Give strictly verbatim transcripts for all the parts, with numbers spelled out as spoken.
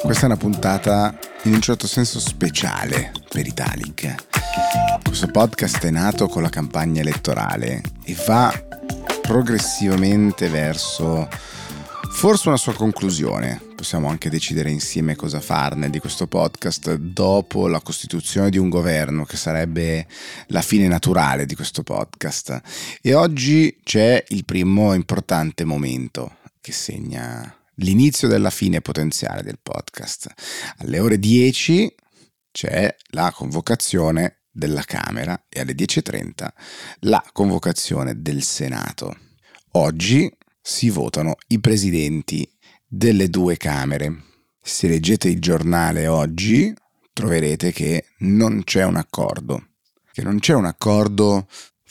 Questa è una puntata in un certo senso speciale per Italic. Questo podcast è nato con la campagna elettorale e va progressivamente verso forse una sua conclusione. Possiamo anche decidere insieme cosa farne di questo podcast dopo la costituzione di un governo, che sarebbe la fine naturale di questo podcast. E oggi c'è il primo importante momento che segna l'inizio della fine potenziale del podcast. Alle ore dieci c'è la convocazione della Camera e alle dieci e trenta la convocazione del Senato. Oggi si votano i presidenti delle due Camere. Se leggete il giornale oggi troverete che non c'è un accordo, che non c'è un accordo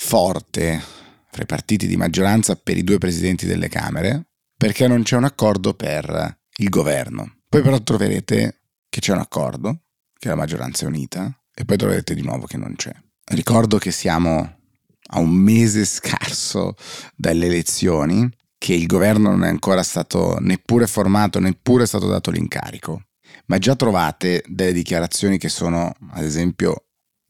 forte fra i partiti di maggioranza per i due presidenti delle Camere, perché non c'è un accordo per il governo. Poi però troverete che c'è un accordo, che la maggioranza è unita, e poi troverete di nuovo che non c'è. Ricordo che siamo a un mese scarso dalle elezioni, che il governo non è ancora stato neppure formato, neppure stato dato l'incarico, ma già trovate delle dichiarazioni che sono, ad esempio,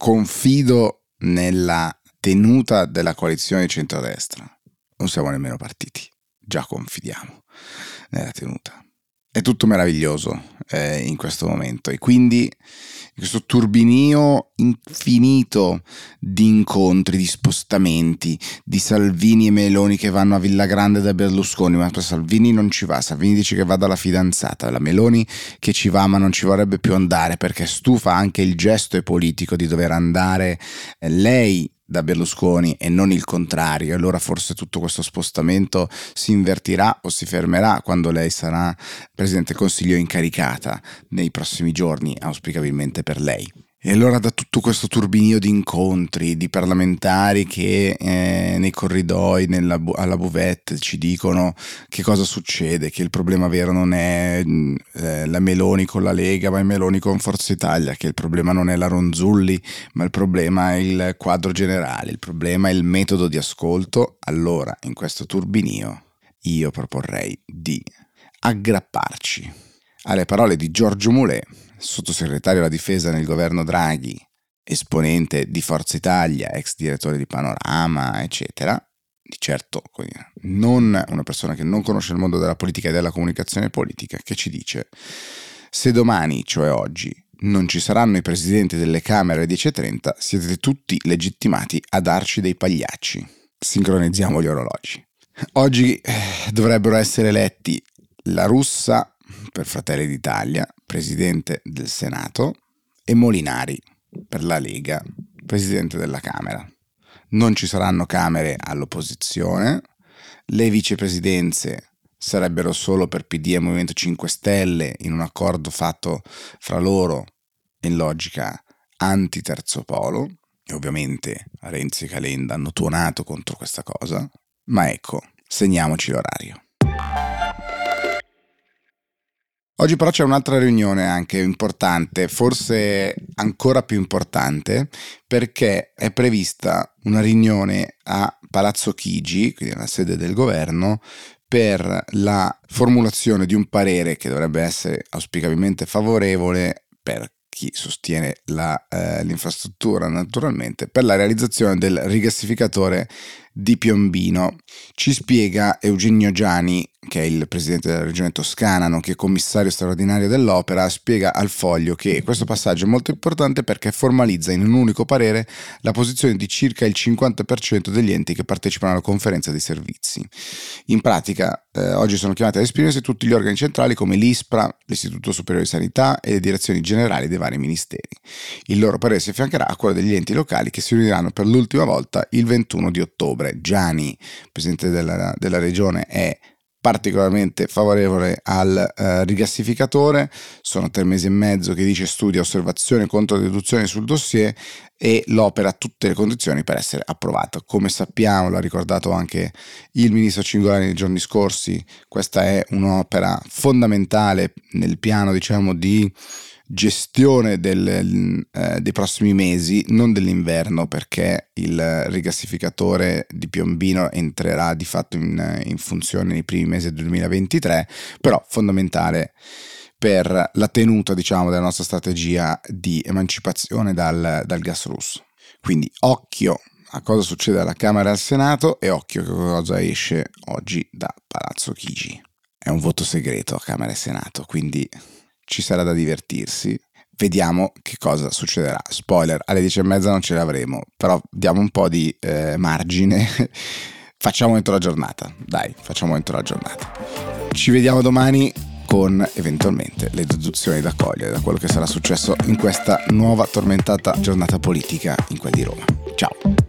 confido nella tenuta della coalizione di centrodestra. Non siamo nemmeno partiti. Già confidiamo nella tenuta. È tutto meraviglioso eh, in questo momento, e quindi questo turbinio infinito di incontri, di spostamenti, di Salvini e Meloni che vanno a Villagrande da Berlusconi, ma Salvini non ci va, Salvini dice che va dalla fidanzata, la Meloni che ci va ma non ci vorrebbe più andare perché stufa anche il gesto politico di dover andare eh, lei da Berlusconi e non il contrario. Allora forse tutto questo spostamento si invertirà o si fermerà quando lei sarà Presidente del Consiglio incaricata nei prossimi giorni, auspicabilmente per lei. E allora da tutto questo turbinio di incontri, di parlamentari che eh, nei corridoi, nella, alla buvette ci dicono che cosa succede, che il problema vero non è eh, la Meloni con la Lega, ma è Meloni con Forza Italia, che il problema non è la Ronzulli, ma il problema è il quadro generale, il problema è il metodo di ascolto. Allora in questo turbinio io proporrei di aggrapparci alle parole di Giorgio Mulè, sottosegretario alla difesa nel governo Draghi, esponente di Forza Italia, ex direttore di Panorama, eccetera. Di certo non una persona che non conosce il mondo della politica e della comunicazione politica, che ci dice: se domani, cioè oggi, non ci saranno i presidenti delle Camere alle dieci e trenta, siete tutti legittimati a darci dei pagliacci. Sincronizziamo gli orologi. Oggi eh, dovrebbero essere eletti la Russa per Fratelli d'Italia, presidente del Senato, e Molinari per la Lega, presidente della Camera. Non ci saranno Camere all'opposizione, le vicepresidenze sarebbero solo per P D e Movimento cinque Stelle in un accordo fatto fra loro in logica anti-terzo polo, e ovviamente Renzi e Calenda hanno tuonato contro questa cosa, ma ecco, segniamoci l'orario. Oggi però c'è un'altra riunione anche importante, forse ancora più importante, perché è prevista una riunione a Palazzo Chigi, quindi la sede del governo, per la formulazione di un parere che dovrebbe essere auspicabilmente favorevole per chi sostiene la, eh, l'infrastruttura, naturalmente, per la realizzazione del rigassificatore di Piombino. Ci spiega Eugenio Giani, che è il presidente della regione Toscana, nonché commissario straordinario dell'opera, spiega al Foglio che questo passaggio è molto importante perché formalizza in un unico parere la posizione di circa il cinquanta per cento degli enti che partecipano alla conferenza dei servizi. In pratica, eh, oggi sono chiamati ad esprimersi tutti gli organi centrali come l'ISPRA, l'Istituto Superiore di Sanità e le direzioni generali dei vari ministeri. Il loro parere si affiancherà a quello degli enti locali che si riuniranno per l'ultima volta il ventuno di ottobre. Giani, presidente della, della regione, è particolarmente favorevole al uh, rigassificatore. Sono tre mesi e mezzo che dice studia, osservazione, contro deduzioni sul dossier, e l'opera ha tutte le condizioni per essere approvata. Come sappiamo, l'ha ricordato anche il ministro Cingolani nei giorni scorsi, questa è un'opera fondamentale nel piano, diciamo, di gestione del, eh, dei prossimi mesi, non dell'inverno, perché il rigassificatore di Piombino entrerà di fatto in, in funzione nei primi mesi del duemilaventitré, però fondamentale per la tenuta, diciamo, della nostra strategia di emancipazione dal, dal gas russo. Quindi occhio a cosa succede alla Camera e al Senato e occhio a cosa esce oggi da Palazzo Chigi. È un voto segreto a Camera e Senato, quindi ci sarà da divertirsi. Vediamo che cosa succederà. Spoiler, alle dieci e mezza non ce l'avremo, però diamo un po' di eh, margine. Facciamo entro la giornata, dai, facciamo entro la giornata. Ci vediamo domani con eventualmente le deduzioni da cogliere da quello che sarà successo in questa nuova tormentata giornata politica in quel di Roma. Ciao!